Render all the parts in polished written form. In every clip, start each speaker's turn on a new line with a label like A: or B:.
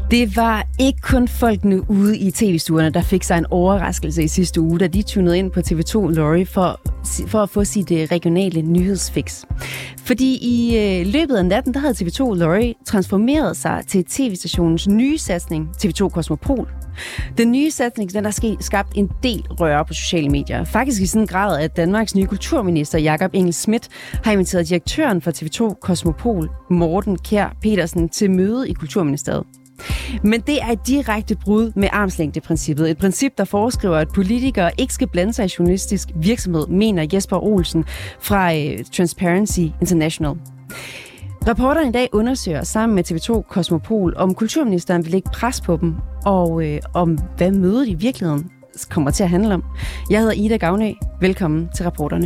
A: Det var ikke kun folkene ude i tv-stuerne, der fik sig en overraskelse i sidste uge, da de tunede ind på TV2 Lorry for at få sit regionale nyhedsfix. Fordi i løbet af natten, der havde TV2 Lorry transformeret sig til tv-stationens nye satsning, TV2 Kosmopol. Den nye satsning, den har skabt en del røre på sociale medier. Faktisk i sådan en grad, at Danmarks nye kulturminister, Jakob Engel-Schmidt, har inviteret direktøren for TV2 Kosmopol, Morten Kjær Petersen, til møde i Kulturministeriet. Men det er et direkte brud med armslængdeprincippet. Et princip, der foreskriver, at politikere ikke skal blande sig i journalistisk virksomhed, mener Jesper Olsen fra Transparency International. Reporteren i dag undersøger sammen med TV2 Kosmopol, om kulturministeren vil lægge pres på dem, og om hvad mødet i virkeligheden kommer til at handle om. Jeg hedder Ida Gavnø. Velkommen til reporterne.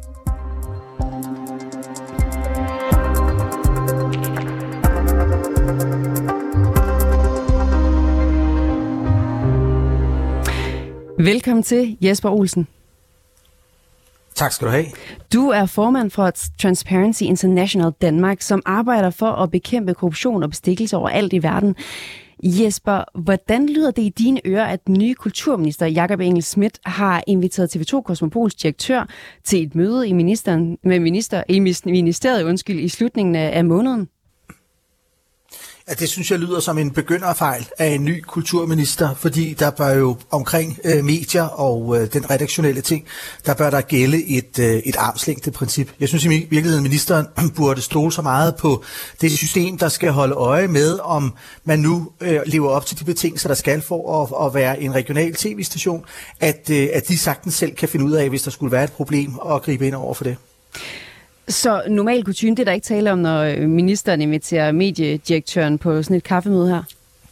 A: Velkommen til, Jesper Olsen.
B: Tak skal du have.
A: Du er formand for Transparency International Danmark, som arbejder for at bekæmpe korruption og bestikkelse overalt i verden. Jesper, hvordan lyder det i dine ører, at den nye kulturminister Jakob Engel-Schmidt har inviteret TV2 Kosmopols direktør til et møde i ministeriet i slutningen af måneden?
B: Ja, det synes jeg lyder som en begynderfejl af en ny kulturminister, fordi der bør jo omkring medier og den redaktionelle ting, der bør der gælde et armslængdeprincip. Jeg synes i virkeligheden, ministeren burde stole så meget på det system, der skal holde øje med, om man nu lever op til de betingelser, der skal for at være en regional tv-station, at de sagtens selv kan finde ud af, hvis der skulle være et problem, og gribe ind over for det.
A: Så normal kutyme, det er der ikke tale om, når ministeren inviterer mediedirektøren på sådan et kaffemøde her?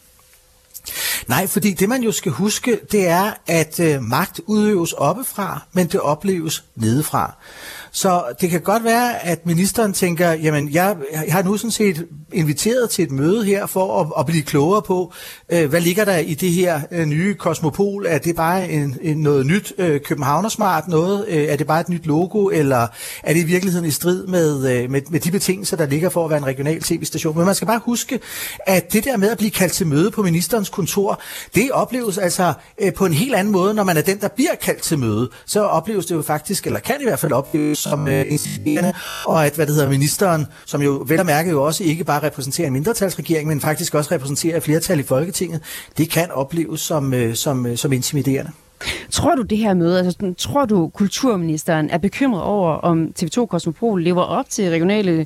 B: Nej, fordi det man jo skal huske, det er, at magt udøves oppefra, men det opleves nedefra. Så det kan godt være, at ministeren tænker, jamen jeg har nu sådan set inviteret til et møde her for at blive klogere på, hvad ligger der i det her nye Kosmopol? Er det bare noget nyt københavnersmart noget? Er det bare et nyt logo? Eller er det i virkeligheden i strid med de betingelser, der ligger for at være en regional tv-station? Men man skal bare huske, at det der med at blive kaldt til møde på ministerens kontor, det opleves altså på en helt anden måde, når man er den, der bliver kaldt til møde. Så opleves det jo faktisk, eller kan i hvert fald opleves som insisterende, og at ministeren, som jo vel at mærke jo også ikke bare repræsenterer en mindretalsregering, men faktisk også repræsenterer et flertal i Folketinget, det kan opleves som intimiderende.
A: Tror du det her møde, altså tror du kulturministeren er bekymret over, om TV2 Kosmopol lever op til regionale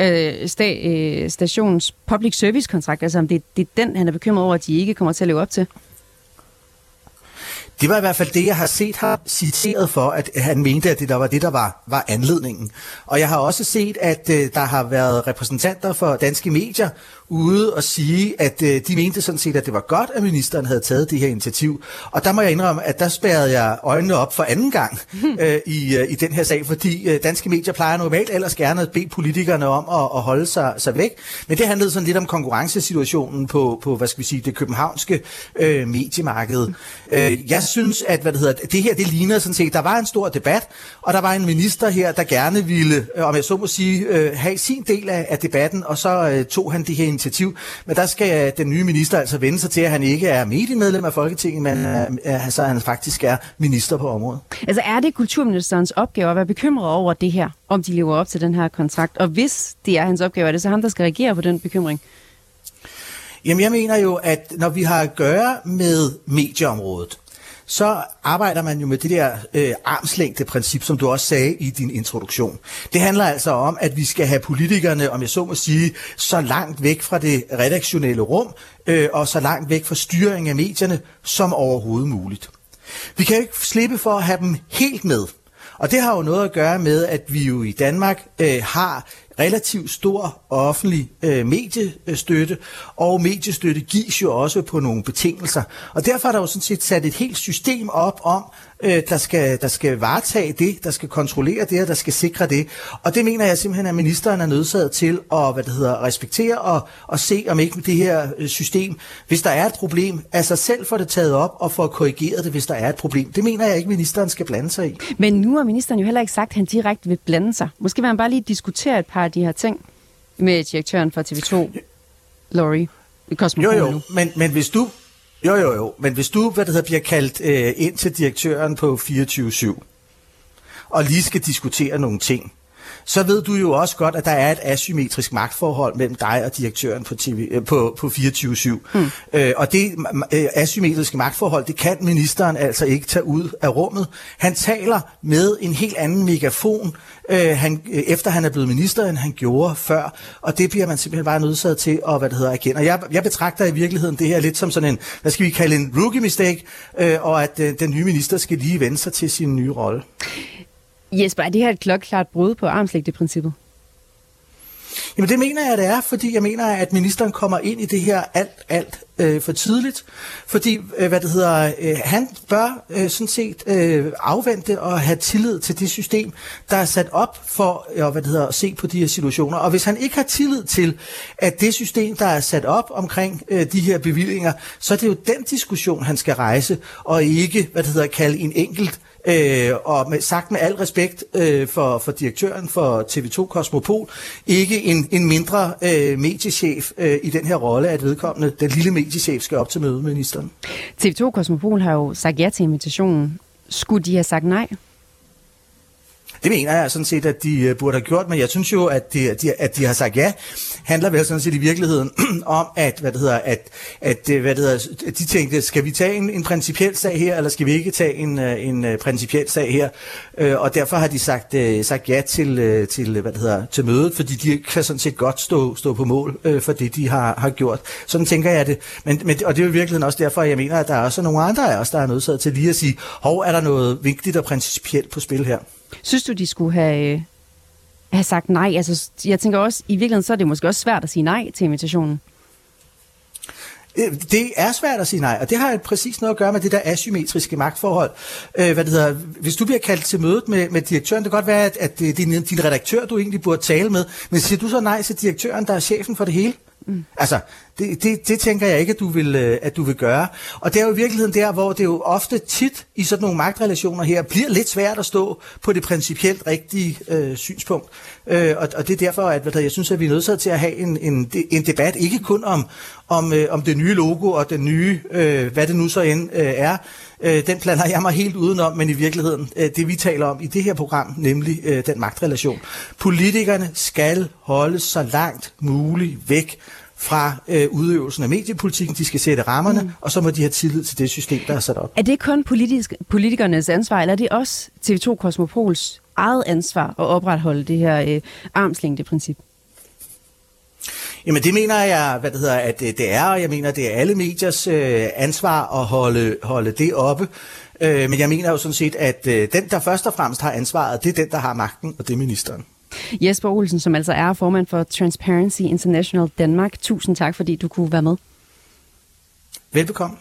A: stations public service kontrakt, altså om det er den, han er bekymret over, at de ikke kommer til at leve op til?
B: Det var i hvert fald det, jeg har set har citeret for, at han mente, at det var anledningen. Og jeg har også set, at der har været repræsentanter for danske medier ude og sige, at de mente sådan set, at det var godt, at ministeren havde taget det her initiativ. Og der må jeg indrømme, at der spærrede jeg øjnene op for anden gang i den her sag, fordi danske medier plejer normalt ellers gerne at bede politikerne om at holde sig væk. Men det handlede sådan lidt om konkurrencesituationen på hvad skal vi sige, det københavnske mediemarked. Jeg synes, at det her, det ligner sådan set, der var en stor debat, og der var en minister her, der gerne ville, om jeg så må sige, have sin del af debatten, og så tog han det her initiativ. Men der skal den nye minister altså vende sig til, at han ikke er mediemedlem af Folketinget, men så han faktisk er minister på området. Altså
A: er det kulturministerens opgave at være bekymret over det her, om de lever op til den her kontrakt? Og hvis det er hans opgave, er det så ham, der skal reagere på den bekymring?
B: Jamen jeg mener jo, at når vi har at gøre med medieområdet, så arbejder man jo med det der armslængdeprincip, som du også sagde i din introduktion. Det handler altså om, at vi skal have politikerne, om jeg så må sige, så langt væk fra det redaktionelle rum, og så langt væk fra styring af medierne, som overhovedet muligt. Vi kan ikke slippe for at have dem helt med. Og det har jo noget at gøre med, at vi jo i Danmark har relativt stor offentlig mediestøtte, og mediestøtte gives jo også på nogle betingelser. Og derfor er der jo sådan set sat et helt system op om, der skal varetage det, der skal kontrollere det, og der skal sikre det. Og det mener jeg simpelthen, at ministeren er nødsaget til at respektere og se, om ikke det her system, hvis der er et problem, altså selv får det taget op og får korrigeret det, hvis der er et problem. Det mener jeg ikke, ministeren skal blande sig i.
A: Men nu har ministeren jo heller ikke sagt, at han direkte vil blande sig. Måske vil han bare lige diskutere et par af de her ting med direktøren for TV2, Lorry. Kosmopol
B: jo,
A: nu.
B: Men hvis du... Jo. Men hvis du, bliver kaldt ind til direktøren på 24/7, og lige skal diskutere nogle ting, så ved du jo også godt, at der er et asymmetrisk magtforhold mellem dig og direktøren på 24/7. Og det asymmetriske magtforhold, det kan ministeren altså ikke tage ud af rummet. Han taler med en helt anden megafon, efter han er blevet minister, end han gjorde før. Og det bliver man simpelthen bare nødsaget til at erkende. Og jeg betragter i virkeligheden det her lidt som sådan en, hvad skal vi kalde en rookie mistake, og at den nye minister skal lige vende sig til sin nye rolle.
A: Jesper, er det her et klokklart brud på armslængdeprincippet?
B: Jamen det mener jeg, det er, fordi jeg mener, at ministeren kommer ind i det her alt for tidligt. Fordi, han bør sådan set afvente og have tillid til det system, der er sat op for at se på de her situationer. Og hvis han ikke har tillid til, at det system, der er sat op omkring de her bevillinger, så er det jo den diskussion, han skal rejse, og ikke, kalde en enkelt og sagt med al respekt for direktøren for TV2 Kosmopol, ikke en mindre mediechef i den her rolle, at vedkommende, den lille mediechef, skal op til møde med ministeren.
A: TV2 Kosmopol har jo sagt ja til invitationen. Skulle de have sagt nej?
B: Det mener jeg sådan set, at de burde have gjort, men jeg synes jo, at de har sagt ja, handler vel sådan set i virkeligheden om, at de tænkte, skal vi tage en principiel sag her, eller skal vi ikke tage en principiel sag her? Og derfor har de sagt ja til mødet, fordi de kan sådan set godt stå på mål for det, de har gjort. Sådan tænker jeg det. Og det er jo i virkeligheden også derfor, jeg mener, at der er også nogle andre af os, der er nødsaget til lige at sige, er der noget vigtigt og principielt på spil her?
A: Synes du, de skulle have sagt nej? Altså, jeg tænker også, i virkeligheden så er det måske også svært at sige nej til invitationen.
B: Det er svært at sige nej, og det har præcis noget at gøre med det der asymmetriske magtforhold. Hvis du bliver kaldt til mødet med direktøren, det kan godt være, at det er din redaktør, du egentlig burde tale med, men siger du så nej til direktøren, der er chefen for det hele? Altså, det tænker jeg ikke, at du vil gøre. Og det er jo i virkeligheden der, hvor det jo ofte tit i sådan nogle magtrelationer her bliver lidt svært at stå på det principielt rigtige synspunkt. Og det er derfor, at jeg synes, at vi er nødt til at have en debat, ikke kun om det nye logo og den nye, hvad det nu så end er. Den planer jeg mig helt udenom, men i virkeligheden det, vi taler om i det her program, nemlig den magtrelation. Politikerne skal holdes så langt muligt væk fra udøvelsen af mediepolitikken. De skal sætte rammerne, og så må de have tillid til det system, der er sat op. Er
A: det kun politikernes ansvar, eller er det også TV2 Kosmopols eget ansvar at opretholde det her armslængdeprincip?
B: Jamen det mener jeg, at det er, og jeg mener, det er alle mediers ansvar at holde det oppe. Men jeg mener jo sådan set, at den, der først og fremmest har ansvaret, det er den, der har magten, og det er ministeren.
A: Jesper Olsen, som altså er formand for Transparency International Danmark. Tusind tak, fordi du kunne være med.
B: Velbekomme.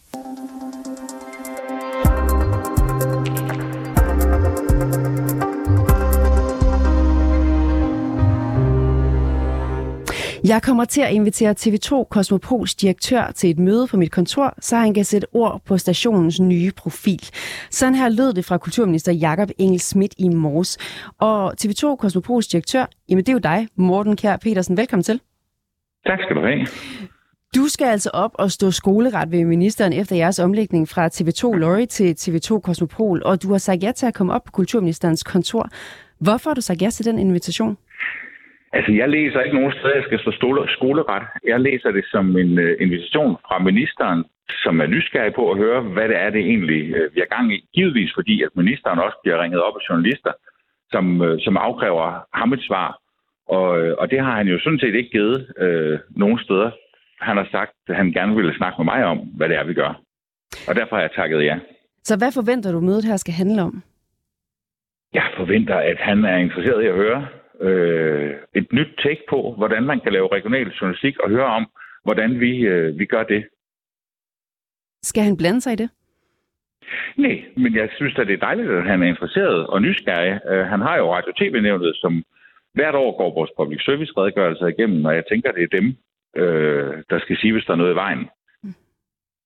A: Jeg kommer til at invitere TV2 Kosmopols direktør til et møde på mit kontor, så han kan sætte ord på stationens nye profil. Sådan her lød det fra kulturminister Jakob Engel-Schmidt i morges. Og TV2 Kosmopols direktør, jamen det er jo dig, Morten Kjær Petersen. Velkommen til.
C: Tak skal du have.
A: Du skal altså op og stå skoleret ved ministeren efter jeres omlægning fra TV2 Lorry til TV2 Kosmopol, og du har sagt ja til at komme op på kulturministerens kontor. Hvorfor har du sagt ja til den invitation?
C: Altså, jeg læser ikke nogen steder, jeg skal stå skoleret. Jeg læser det som en invitation fra ministeren, som er nysgerrig på at høre, hvad det er, det egentlig vi er gang i. Givetvis fordi, at ministeren også bliver ringet op af journalister, som afkræver ham et svar. Og det har han jo sådan set ikke givet nogen steder. Han har sagt, at han gerne ville snakke med mig om, hvad det er, vi gør. Og derfor har jeg takket ja.
A: Så hvad forventer du, mødet her skal handle om?
C: Jeg forventer, at han er interesseret i at høre et nyt take på, hvordan man kan lave regional journalistik, og høre om, hvordan vi gør det.
A: Skal han blande sig i det?
C: Nej, men jeg synes at det er dejligt, at han er interesseret og nysgerrig. Han har jo Radio- TV-nævnet, som hvert år går vores public service redegørelser igennem, og jeg tænker, det er dem, der skal sige, hvis der er noget i vejen.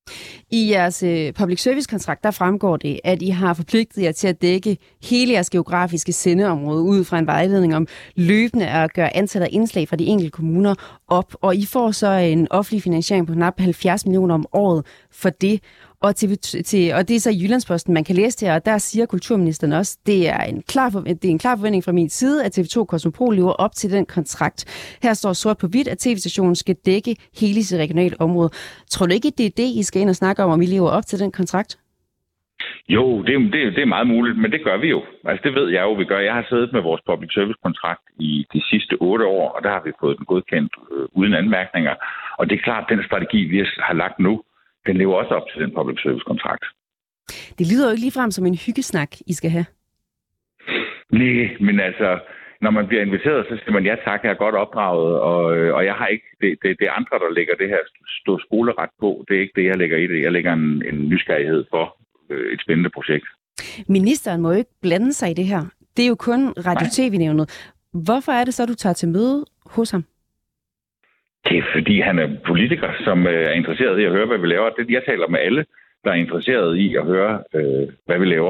A: I jeres public service-kontrakt, der fremgår det, at I har forpligtet jer til at dække hele jeres geografiske sendeområde ud fra en vejledning om løbende at gøre antallet af indslag fra de enkelte kommuner op. Og I får så en offentlig finansiering på knap 70 millioner om året for det. Og det er så i Jyllandsposten, man kan læse det, og der siger kulturministeren også, det er en klar forventning fra min side, at TV2 Kosmopol lever op til den kontrakt. Her står sort på hvidt, at tv-stationen skal dække hele sit regionale område. Tror du ikke, det er det, I skal ind og snakke om I lever op til den kontrakt?
C: Jo, det er meget muligt, men det gør vi jo. Altså det ved jeg jo, vi gør. Jeg har siddet med vores public service kontrakt i de sidste 8 år, og der har vi fået den godkendt uden anmærkninger. Og det er klart, at den strategi, vi har lagt nu, den lever også op til den public service-kontrakt.
A: Det lyder jo ikke ligefrem som en hyggesnak, I skal have.
C: Nej, men altså, når man bliver inviteret, så siger man, ja tak, jeg er godt opdraget, og jeg har ikke, det er andre, der lægger det her stå skoleret på. Det er ikke det, jeg lægger i det. Jeg lægger en nysgerrighed for et spændende projekt. Ministeren
A: må jo ikke blande sig i det her. Det er jo kun Radio-TV-nævnet. Hvorfor er det så, du tager til møde hos ham?
C: Det er, fordi han er politiker, som er interesseret i at høre, hvad vi laver. Jeg taler med alle, der er interesseret i at høre, hvad vi laver.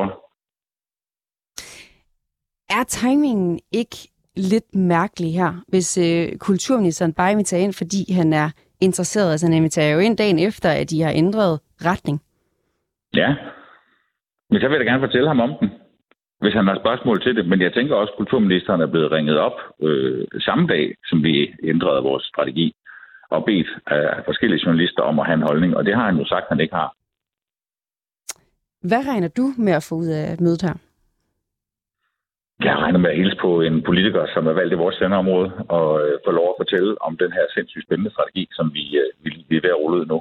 A: Er timingen ikke lidt mærkelig her, hvis kulturministeren bare inviterer ind, fordi han er interesseret? Altså han inviterer jo ind dagen efter, at de har ændret retning.
C: Ja, men så vil jeg da gerne fortælle ham om den, hvis han har spørgsmål til det. Men jeg tænker også, at kulturministeren er blevet ringet op samme dag, som vi ændrede vores strategi, og bedt af forskellige journalister om at have en holdning, og det har han jo sagt, at han ikke har.
A: Hvad regner du med at få ud af mødet her?
C: Jeg regner med at hilse på en politiker, som er valgt i vores sendeområde, og få lov at fortælle om den her sindssygt spændende strategi, som vi er ved at rulle ud nu.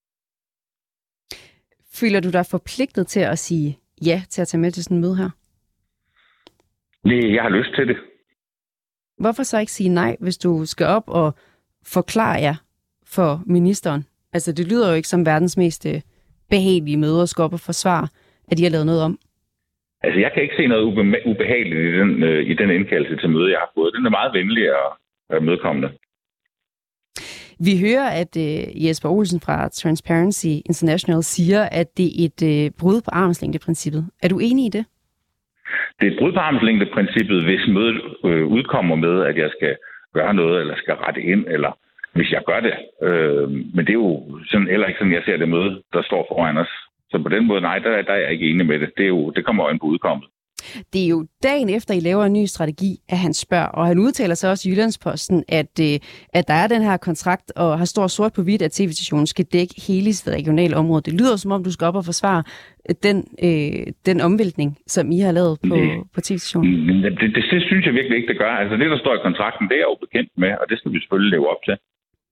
A: Føler du dig forpligtet til at sige ja til at tage med til sådan en møde her?
C: Nej, jeg har lyst til det.
A: Hvorfor så ikke sige nej, hvis du skal op og forklare jer for ministeren? Altså, det lyder jo ikke som verdens mest behagelige møde at skubbe og forsvare, at de har lavet noget om.
C: Altså, jeg kan ikke se noget ubehageligt i den indkaldelse til møde, jeg har fået. Den er meget venlig og mødekommende.
A: Vi hører, at Jesper Olsen fra Transparency International siger, at det er et brud på armslængdeprincippet. Er du enig i det?
C: Det er et brud på armslængdeprincippet, hvis mødet udkommer med, at jeg skal gøre noget, eller skal rette ind, eller hvis jeg gør det. Men det er jo sådan, heller ikke sådan, jeg ser det møde, der står foran os. Så på den måde, nej, der er jeg ikke enig med det. Det kommer øjen på udkommet.
A: Det er jo dagen efter, I laver en ny strategi, at han spørger, og han udtaler sig også i Jyllandsposten, at der er den her kontrakt, og har står sort på hvidt, at tv-stationen skal dække hele sit regionale område. Det lyder som om, du skal op og forsvare den omvæltning, som I har lavet på tv-stationen.
C: Det synes jeg virkelig ikke, det gør. Altså det, der står i kontrakten, det er jeg jo bekendt med, og det skal vi selvfølgelig leve op til.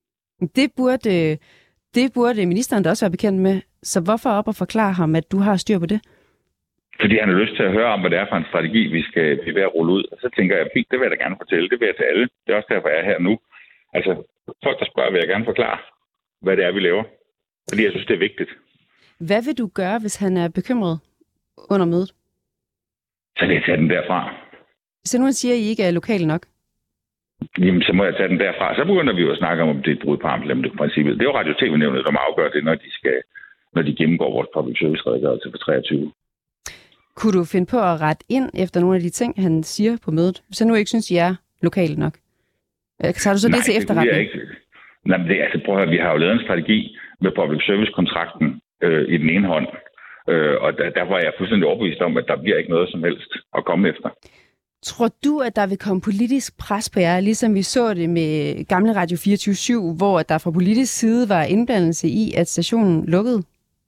A: Det burde ministeren da også være bekendt med. Så hvorfor op og forklare ham, at du har styr på det?
C: Fordi han har lyst til at høre om, hvad det er for en strategi, vi skal blive ved at rulle ud. Og så tænker jeg, fint, det vil jeg da gerne fortælle. Det vil jeg til alle. Det er også derfor, jeg er her nu. Altså, folk, der spørger, vil jeg gerne forklare, hvad det er, vi laver. Fordi jeg synes, det er vigtigt.
A: Hvad vil du gøre, hvis han er bekymret under mødet?
C: Så vil jeg tage den derfra.
A: Så nu siger, at I ikke er lokale nok?
C: Jamen, så må jeg tage den derfra. Så begynder vi jo at snakke om det er et brud på armslængdeprincippet. Det er jo Radio-TV-nævnet, der må afgøre det, når de gennemgår vores public service-redegørelse for 23. Kunne
A: du finde på at rette ind efter nogle af de ting, han siger på mødet? Hvis jeg nu ikke synes, I er lokale nok. Tager du så det til efterretning?
C: Nej, men prøv at høre, vi har jo lavet en strategi med public service-kontrakten i den ene hånd. Og der var jeg fuldstændig overbevist om, at der bliver ikke noget som helst at komme efter.
A: Tror du, at der vil komme politisk pres på jer, ligesom vi så det med gamle Radio 24/7, hvor der fra politisk side var indblandelse i, at stationen lukkede?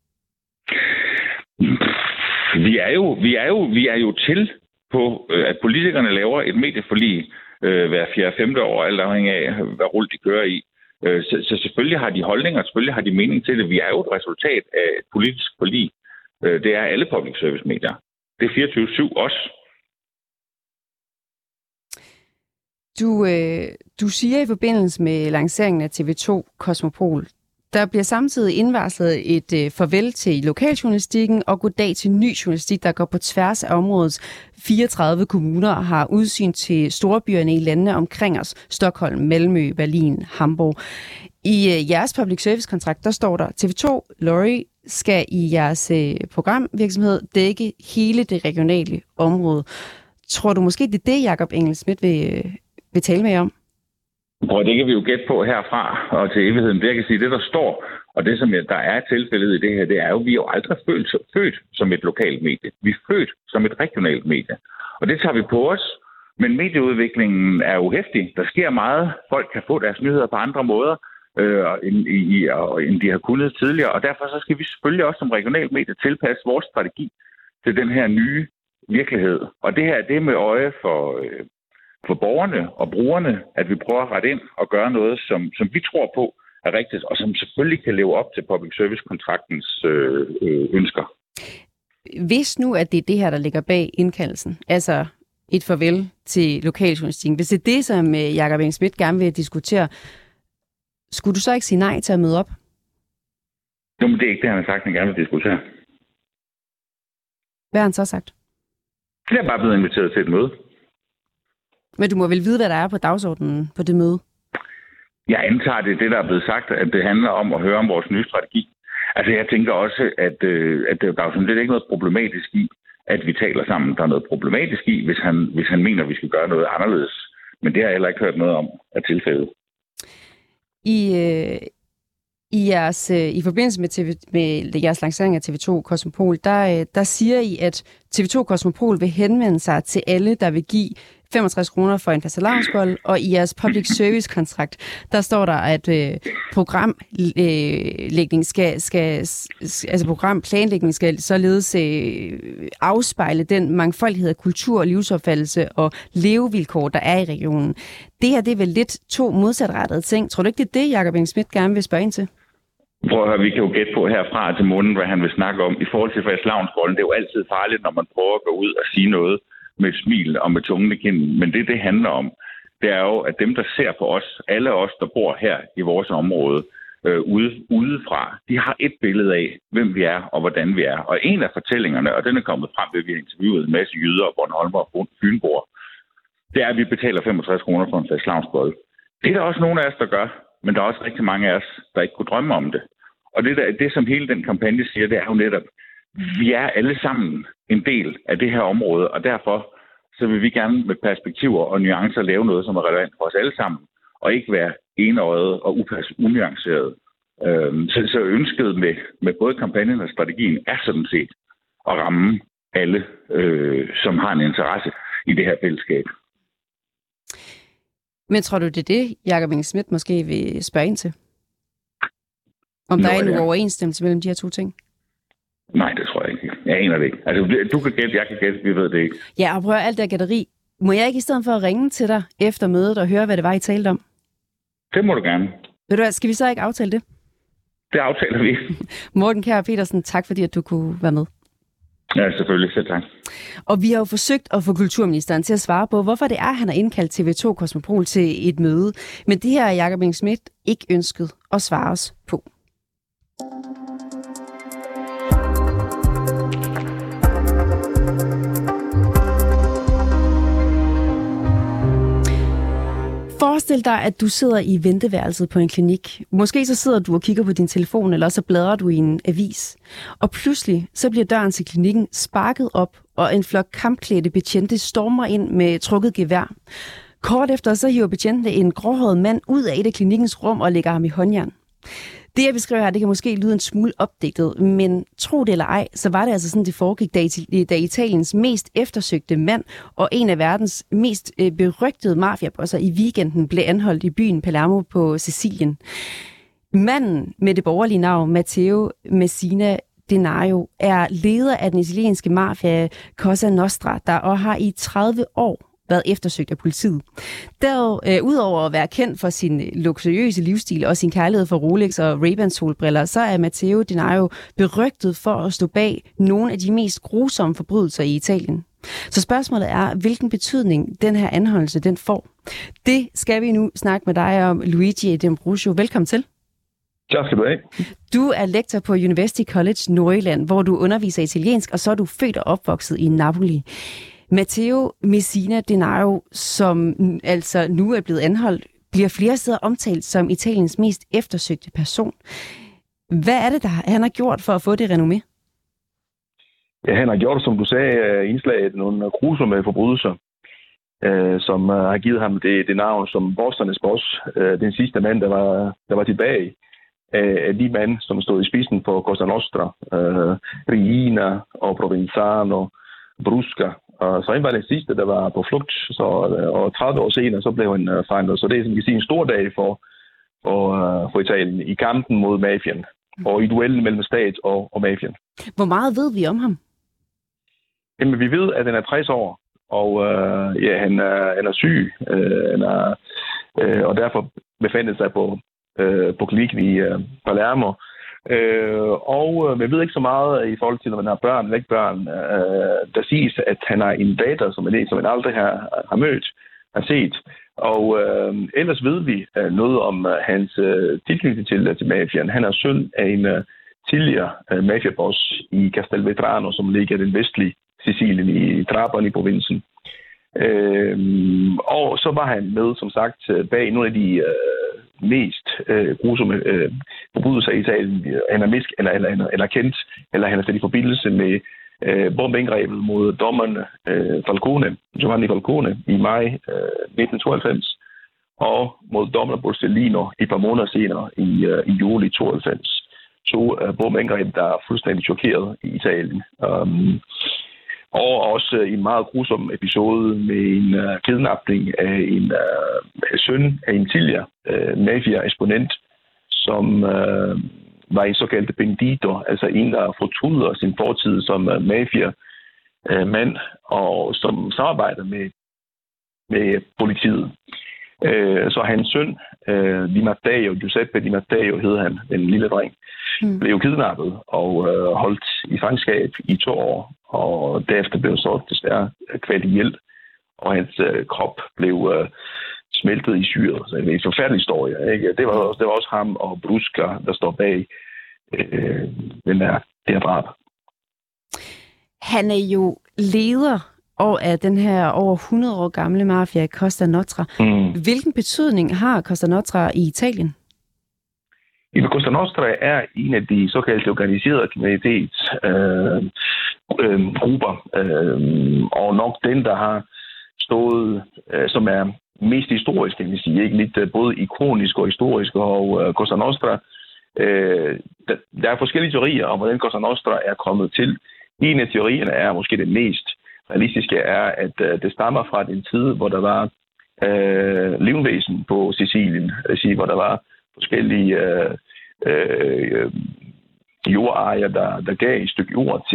C: Vi er jo til på, at politikerne laver et medieforlig hver 4-5 år, alt afhængig af, hvad rulle de kører i. Så selvfølgelig har de holdninger, selvfølgelig har de mening til det. Vi er jo et resultat af et politisk forlig. Det er alle public service medier. Det er 24/7 også.
A: Du siger i forbindelse med lanceringen af TV2 Kosmopol, der bliver samtidig indvarslet et farvel til lokaljournalistikken og goddag til ny journalistik, der går på tværs af områdets 34 kommuner og har udsyn til storbyerne i landene omkring os. Stockholm, Malmø, Berlin, Hamburg. I jeres public service kontrakt, der står der, TV2 Lorry skal i jeres programvirksomhed dække hele det regionale område. Tror du måske, det er det, Jakob Engel-Schmidt vil tale med om?
C: Det kan vi jo gætte på herfra og til evigheden. Det jeg kan sige, det der står, og det som der er tilfældet i det her, det er jo, vi er jo aldrig født som et lokalt medie. Vi er født som et regionalt medie. Og det tager vi på os. Men medieudviklingen er jo heftig. Der sker meget. Folk kan få deres nyheder på andre måder, end de har kunnet tidligere. Og derfor så skal vi selvfølgelig også som regionalt medie tilpasse vores strategi til den her nye virkelighed. Og det her, det er med øje for borgerne og brugerne, at vi prøver at rette ind og gøre noget, som vi tror på er rigtigt, og som selvfølgelig kan leve op til public service-kontraktens ønsker.
A: Hvis nu, at det er det her, der ligger bag indkaldelsen, altså et farvel til lokaljournalistikken, hvis det er det, som Jakob Engel-Schmidt gerne vil diskutere, skulle du så ikke sige nej til at møde op?
C: Jo, men det er ikke det, han har sagt, han gerne vil diskutere.
A: Hvad har han så sagt?
C: Jeg er bare blevet inviteret til et møde.
A: Men du må vel vide, hvad der er på dagsordenen på det møde?
C: Jeg antager, det er det, der er blevet sagt, at det handler om at høre om vores nye strategi. Altså, jeg tænker også, at der er sådan lidt ikke noget problematisk i, at vi taler sammen. Der er noget problematisk i, hvis han mener, at vi skal gøre noget anderledes. Men det har jeg heller ikke hørt noget om af tilfældet.
A: I forbindelse med jeres lancering af TV2 Cosmopol, der siger I, at TV2 Cosmopol vil henvende sig til alle, der vil give 65 kroner for en fastelavnsbolle, og i jeres public service kontrakt, der står der, at programplanlægning skal således afspejle den mangfoldighed af kultur, livsopfattelse og levevilkår, der er i regionen. Det her, det er vel lidt to modsatrettede ting. Tror du ikke, det er det, Jakob Engel-Schmidt gerne vil spørge ind til?
C: Prøv at høre, vi kan jo gætte på herfra til måneden, hvad han vil snakke om. I forhold til fastelavnsbollen, det er jo altid farligt, når man prøver at gå ud og sige noget med et smil og med tungen i kinden. Men det handler om, det er jo, at dem, der ser på os, alle os, der bor her i vores område, udefra, de har et billede af, hvem vi er og hvordan vi er. Og en af fortællingerne, og den er kommet frem ved, at vi har interviewet en masse jyder, Bornholmer og Fynboer, det er, at vi betaler 65 kroner for en fastelavnsbolle. Det er der også nogle af os, der gør, men der er også rigtig mange af os, der ikke kunne drømme om det. Og det som hele den kampagne siger, det er jo netop, vi er alle sammen en del af det her område, og derfor så vil vi gerne med perspektiver og nuancer lave noget, som er relevant for os alle sammen, og ikke være enøjet og unuanceret. Så ønsket med både kampagnen og strategien er sådan set at ramme alle, som har en interesse i det her fællesskab.
A: Men tror du, det er det, Jakob Engel-Schmidt måske vil spørge ind til? Om der er en uoverensstemmelse mellem de her to ting?
C: Nej, det tror jeg ikke. Jeg aner det ikke. Altså, du kan gætte, jeg kan gætte, vi ved det ikke.
A: Ja, og prøv alt det gætteri. Må jeg ikke i stedet for at ringe til dig efter mødet og høre, hvad det var, I talte om?
C: Det må du gerne.
A: Ved du hvad, skal vi så ikke aftale det?
C: Det aftaler vi.
A: Morten Kjær Petersen, tak fordi at du kunne være med.
C: Ja, selvfølgelig. Selv tak.
A: Og vi har jo forsøgt at få kulturministeren til at svare på, hvorfor det er, han har indkaldt TV2 Cosmopol til et møde. Men det her er Jakob Engel-Schmidt ikke ønsket at svare os på. Forestil dig, at du sidder i venteværelset på en klinik. Måske så sidder du og kigger på din telefon, eller så bladrer du i en avis. Og pludselig så bliver døren til klinikken sparket op, og en flok kampklædte betjente stormer ind med trukket gevær. Kort efter så hiver betjentene en gråhåret mand ud af et af klinikkens rum og lægger ham i håndjern. Det, jeg beskriver her, det kan måske lyde en smule opdigtet, men tro det eller ej, så var det altså sådan, det foregik, da Italiens mest eftersøgte mand og en af verdens mest berygtede mafiabosser i weekenden blev anholdt i byen Palermo på Sicilien. Manden med det borgerlige navn, Matteo Messina Denaro, er leder af den italienske mafia Cosa Nostra, der og har i 30 år været eftersøgt af politiet. Udover at være kendt for sin luksuriøse livsstil og sin kærlighed for Rolex og Ray-Ban solbriller, så er Matteo Denaro berygtet for at stå bag nogle af de mest grusomme forbrydelser i Italien. Så spørgsmålet er, hvilken betydning den her anholdelse den får. Det skal vi nu snakke med dig om, Luigi D'Ambrosio. Velkommen til.
D: Tak skal du have.
A: Du er lektor på University College Nordjylland, hvor du underviser italiensk, og så er du født og opvokset i Napoli. Matteo Messina Denaro, som altså nu er blevet anholdt, bliver flere steder omtalt som Italiens mest eftersøgte person. Hvad er det, han har gjort for at få det renommé?
D: Ja, han har gjort, som du sagde, indslaget nogle grusomme forbrydelser, som har givet ham det navn som Bossernes boss, den sidste mand, der var tilbage af de mænd, som stod i spidsen for Cosa Nostra, Riina og Provenzano, Brusca. Så han var den sidste, der var på flugt, og 30 år senere, så blev han fanget. Så det er, som vi kan sige, en stor dag for Italien i kampen mod mafien, og i duellen mellem stat og mafien.
A: Hvor meget ved vi om ham?
D: Jamen, vi ved, at han er 60 år, og han er syg, og derfor befandt sig på klinikken i Palermo. Og man ved ikke så meget i forhold til, når man har børn, væk børn. Der siges, at han har en datter, som han aldrig har mødt, har set. Og ellers ved vi noget om hans tilknytning til mafien. Han er søn af en tidligere mafiaboss i Castelvetrano, som ligger i den vestlige Sicilien i Trapani-provinsen. Og så var han med, som sagt, bag nogle af de mest grusomme forbrydelser i Italien. Han er kendt, eller han er sat i forbindelse med bombeindgrebet mod dommeren Giovanni Falcone i maj 1992, og mod dommer Borsellino et par måneder senere i juli 92. To bombeindgreb, der er fuldstændig chokeret i Italien. Og også en meget grusom episode med en kidnapning af en søn af en tidligere mafia-eksponent, som var en såkaldt bandito, altså en, der fortryder sin fortid som mafia-mand, og som samarbejder med politiet. Så hans søn, Giuseppe Di Matteo hed han, den lille dreng, blev kidnappet og holdt i fangenskab i 2 år, og derefter blev så desværre kvalt ihjel, og hans krop blev smeltet i syret. Så det er en forfærdelig historie, ikke? Det var også ham og Brusca, der står bag det her drab.
A: Han er jo leder af den her over 100 år gamle mafia, Cosa Nostra. Hvilken betydning har Cosa Nostra i Italien?
D: Cosa Nostra er en af de såkaldte organiserede kriminalitetsgrupper, og nok den, der har stået, som er mest historisk, kan vi sige, ikke lidt både ikonisk og historisk, og Cosa Nostra. Der er forskellige teorier om, hvordan Cosa Nostra er kommet til. En af teorierne er måske det mest realistiske, er, at det stammer fra den tid, hvor der var levnvæsen på Sicilien, hvor der var forskellige jordejere, der gav et stykke jord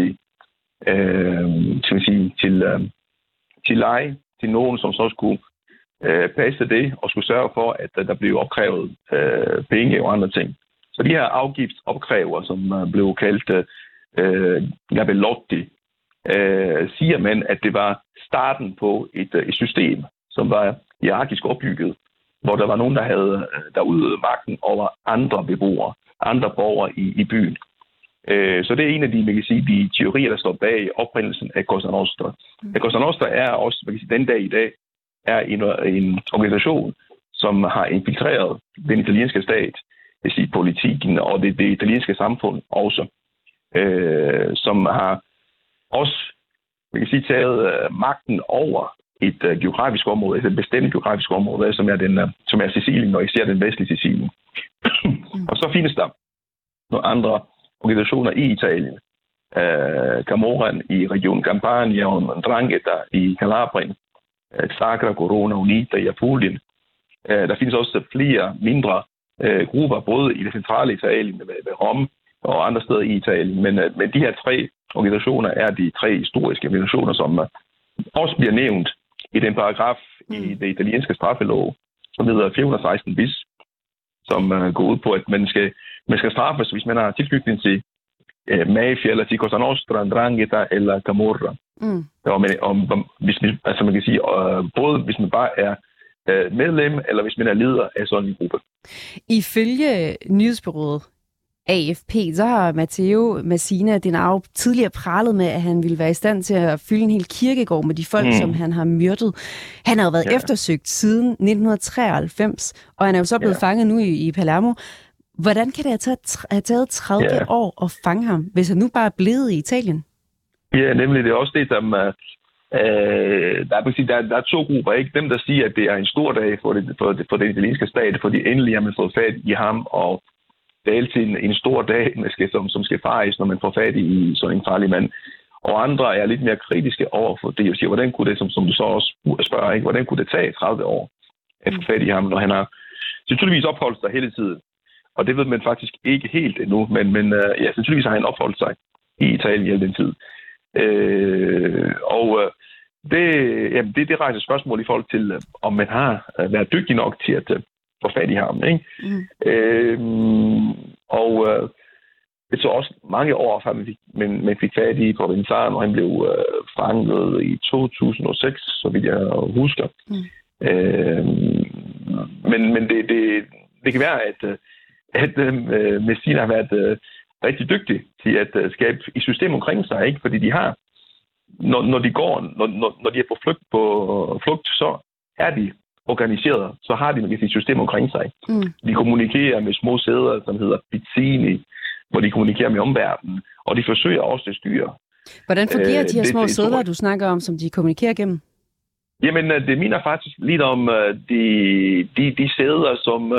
D: til leje til nogen, som så skulle passe det og skulle sørge for, at der blev opkrævet penge og andre ting. Så de her afgiftsopkræver, som blev kaldt gabelotti, siger man, at det var starten på et system, som var hierarkisk opbygget, hvor der var nogen, der udøvede magten over andre beboere, andre borgere i byen. Så det er en af de teorier, der står bag oprindelsen af Cosa Nostra. Cosa Nostra er også, den dag i dag, er en organisation, som har infiltreret den italienske stat, det vil sige politikken og det italienske samfund også, som har også taget magten over et geografisk område, altså et bestemt geografisk område, som er Sicilien, og især den vestlige Sicilien. Og så findes der nogle andre organisationer i Italien. Camorran i regionen Campania, og 'Ndrangheta i Calabrien, Sacra Corona Unita i Apulien. Der findes også flere mindre grupper, både i det centrale Italien, ved Rom og andre steder i Italien. Men de her 3 organisationer er de 3 historiske organisationer, som også bliver nævnt i den paragraf i det italienske straffelov, som hedder 416 bis, som går ud på, at man skal straffes, hvis man har tilknytning til mafia, eller til Cosa Nostra, 'Ndrangheta eller Camorra. Hvis man kan sige, både hvis man bare er medlem, eller hvis man er leder af sådan en gruppe.
A: Ifølge nyhedsbureauet AFP, så har Matteo Messina Denaro tidligere pralet med, at han ville være i stand til at fylde en hel kirkegård med de folk, som han har myrdet. Han har jo været eftersøgt siden 1993, og han er jo så blevet fanget nu i Palermo. Hvordan kan det have taget 30 år at fange ham, hvis han nu bare er blevet i Italien?
D: Ja, nemlig det er også det, som... Der er to grupper, ikke? Dem, der siger, at det er en stor dag for den italienske stat, fordi endelig har man fået fat i ham, og det er altid en stor dag, som skal fejres, når man får fat i sådan en farlig mand. Og andre er lidt mere kritiske over for det. Jeg siger, hvordan kunne det, som du så også spørger, ikke? Hvordan kunne det tage 30 år at få fat i ham, når han har selvfølgelig opholdt sig hele tiden. Og det ved man faktisk ikke helt endnu, men selvfølgelig har han opholdt sig i Italien hele den tid. Det rejser spørgsmål i forhold til, om man har været dygtig nok til at få fat i ham. Ikke? Det tog også mange år, før man fik fat i Provenzano, og han blev fanget i 2006, så vidt jeg husker. Men det kan være, at Messina har været rigtig dygtig til at skabe et system omkring sig, ikke? Fordi de har, når de er på flugt, så er de organiseret, så har de et system omkring sig. De kommunikerer med små sæder, som hedder pizzini, hvor de kommunikerer med omverdenen, og de forsøger også at styre.
A: Hvordan fungerer de her små sædler, du snakker om, som de kommunikerer gennem?
D: Jamen, det minder faktisk lidt om de sæder, som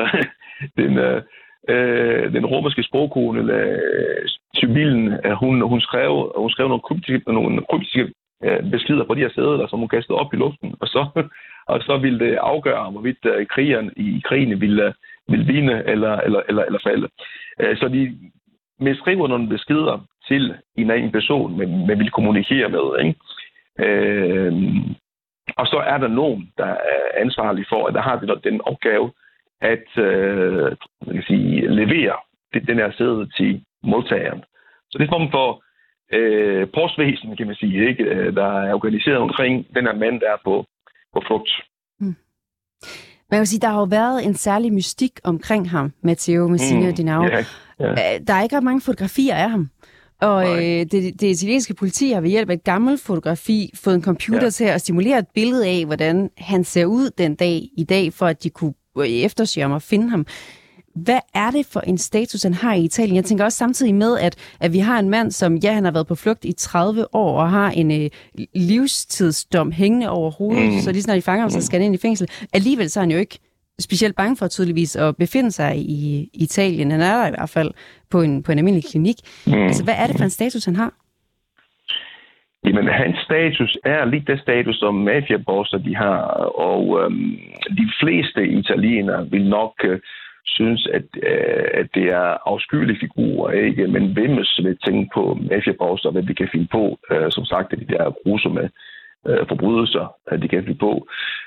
D: den romerske sprogkone, Sybyllen, hun skrev nogle kryptiske beskeder på de her sædler, som hun kastede op i luften, og så ville det afgøre, hvorvidt krigen ville vinde eller falde. Så de skriver nogle beskeder til en person, man vil kommunikere med, ikke? Og så er der nogen, der er ansvarlig for, at der har vi den opgave at levere den her sæde til modtageren. Så det er en form for postvæsen, kan man sige, ikke? Der er organiseret omkring den her mand, der er på flugt.
A: Man kan sige, der har jo været en særlig mystik omkring ham, Matteo Messina Denaro. Der er ikke ret mange fotografier af ham. Og det italienske politi har ved hjælp af et gammelt fotografi fået en computer til at stimulere et billede af, hvordan han ser ud den dag i dag, for at de kunne eftersøge ham og finde ham. Hvad er det for en status, han har i Italien? Jeg tænker også samtidig med, at vi har en mand, som han har været på flugt i 30 år og har en livstidsdom hængende over hovedet, så lige snart de fanger ham, så skal han ind i fængsel. Alligevel så er han jo ikke specielt bange for tydeligvis at befinde sig i Italien. Han er der i hvert fald på en almindelig klinik. Altså, hvad er det for en status, han har?
D: Jamen, hans status er lidt det status, som mafiabosser de har, og de fleste italienere vil nok synes, at det er afskyelige figurer, ikke? Men hvem vil tænke på mafiabosser, hvad de kan finde på, som sagt, de der grusomme forbrydelser, de kan finde på.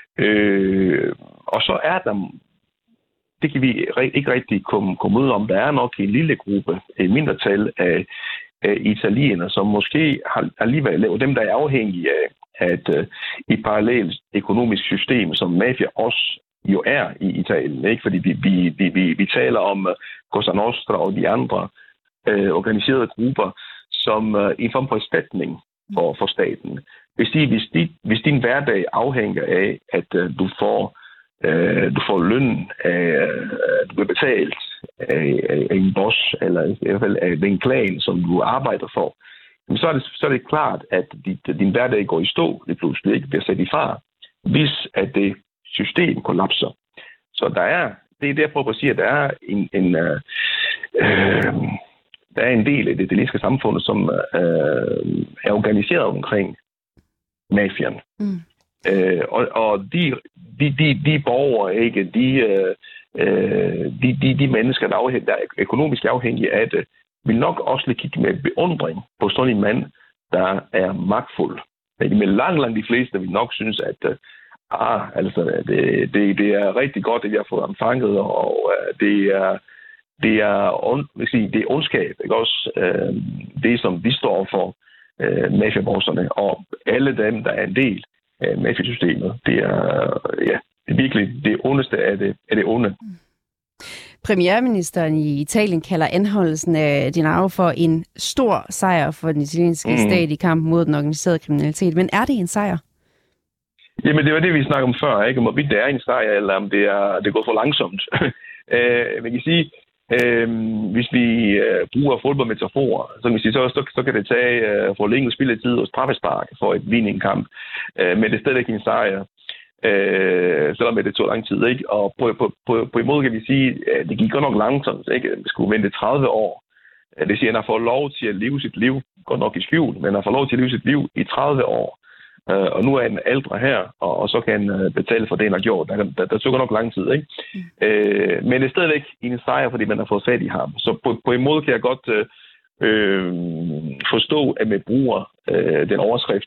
D: Og så er der, det kan vi ikke rigtig komme ud om, der er nok en lille gruppe, et mindretal af italienere, som måske har alligevel lavet dem, der er afhængige af et parallelt økonomisk system, som mafia også jo er i Italien, ikke? Fordi vi taler om Cosa Nostra og de andre organiserede grupper som en form for erstatning for staten. Hvis din hverdag afhænger af, at du får løn, du bliver betalt af en boss, eller i hvert fald af en klan, som du arbejder for, så er det klart, at din hverdag går i stå, det pludselig ikke bliver sat i fare, hvis at det system kollapser. Så det er derfor at sige, at der er en del af det italienske samfund, som er organiseret omkring mafian. Og de borgere, ikke, de mennesker, der er økonomisk afhængige af det, vil nok også kigge med beundring på sådan en mand, der er magtfuld. Men langt de fleste vil nok synes, at det er rigtig godt, at vi har fået ham fanget, og det er ondskab, ikke også? Det, som vi står for, mafiabosserne, og alle dem, der er en del af mafiasystemet, det er virkelig det ondeste af det onde.
A: Premierministeren i Italien kalder anholdelsen af Denaro for en stor sejr for den italienske stat i kampen mod den organiserede kriminalitet. Men er det en sejr?
D: Jamen, det var det, vi snakkede om før, ikke? Om hvorvidt det er en sejr, eller om det er gået for langsomt. Man kan sige, Hvis vi bruger fodboldmetaforer, så kan vi sige, så kan det tage forlænget spilletid og straffespark for et vindingkamp, men det er stadig en sejr, selvom det tog lang tid, ikke? Og på en måde kan vi sige, at det gik godt nok langsomt, ikke? Vi skulle vente 30 år. Det siger, at han har fået lov til at leve sit liv, godt nok i skjul, men han har fået lov til at leve sit liv i 30 år. Og nu er han ældre her, og så kan han betale for det, han har gjort. Der tog nok lang tid, ikke? Men det er stadigvæk en sejr, fordi man har fået fat i ham. Så på en måde kan jeg godt forstå, at man bruger den overskrift.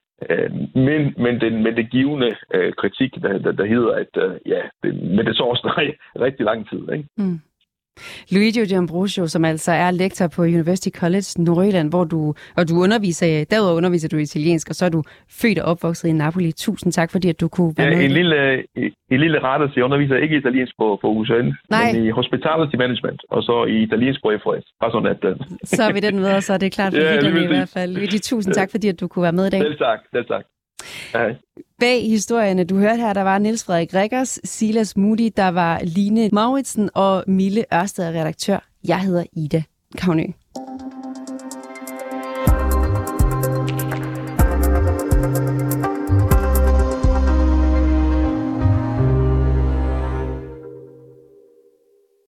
D: Men det givende kritik, der hedder, at det tog også rigtig lang tid, ikke?
A: Mm. Luigi D'Ambrosio, som altså er lektor på University College Nordjylland, hvor du derudover underviser du italiensk, og så er du født og opvokset i Napoli. Tusind tak, fordi at du kunne være med.
D: En lille rettelse. Jeg underviser ikke italiensk på UCN, men i Hospitality Management, og så i italiensk på FHS. Bare sådan at...
A: Så er vi den med, og så er det klart for lytterne i hvert fald. Luigi, tusind tak, fordi at du kunne være med i dag.
D: Selv tak. Hej.
A: Bag historierne, du hørte her, der var Niels Frederik Rikkers, Silas Moody, der var Line Mauritsen og Mille Ørsted, redaktør. Jeg hedder Ida Kaunø.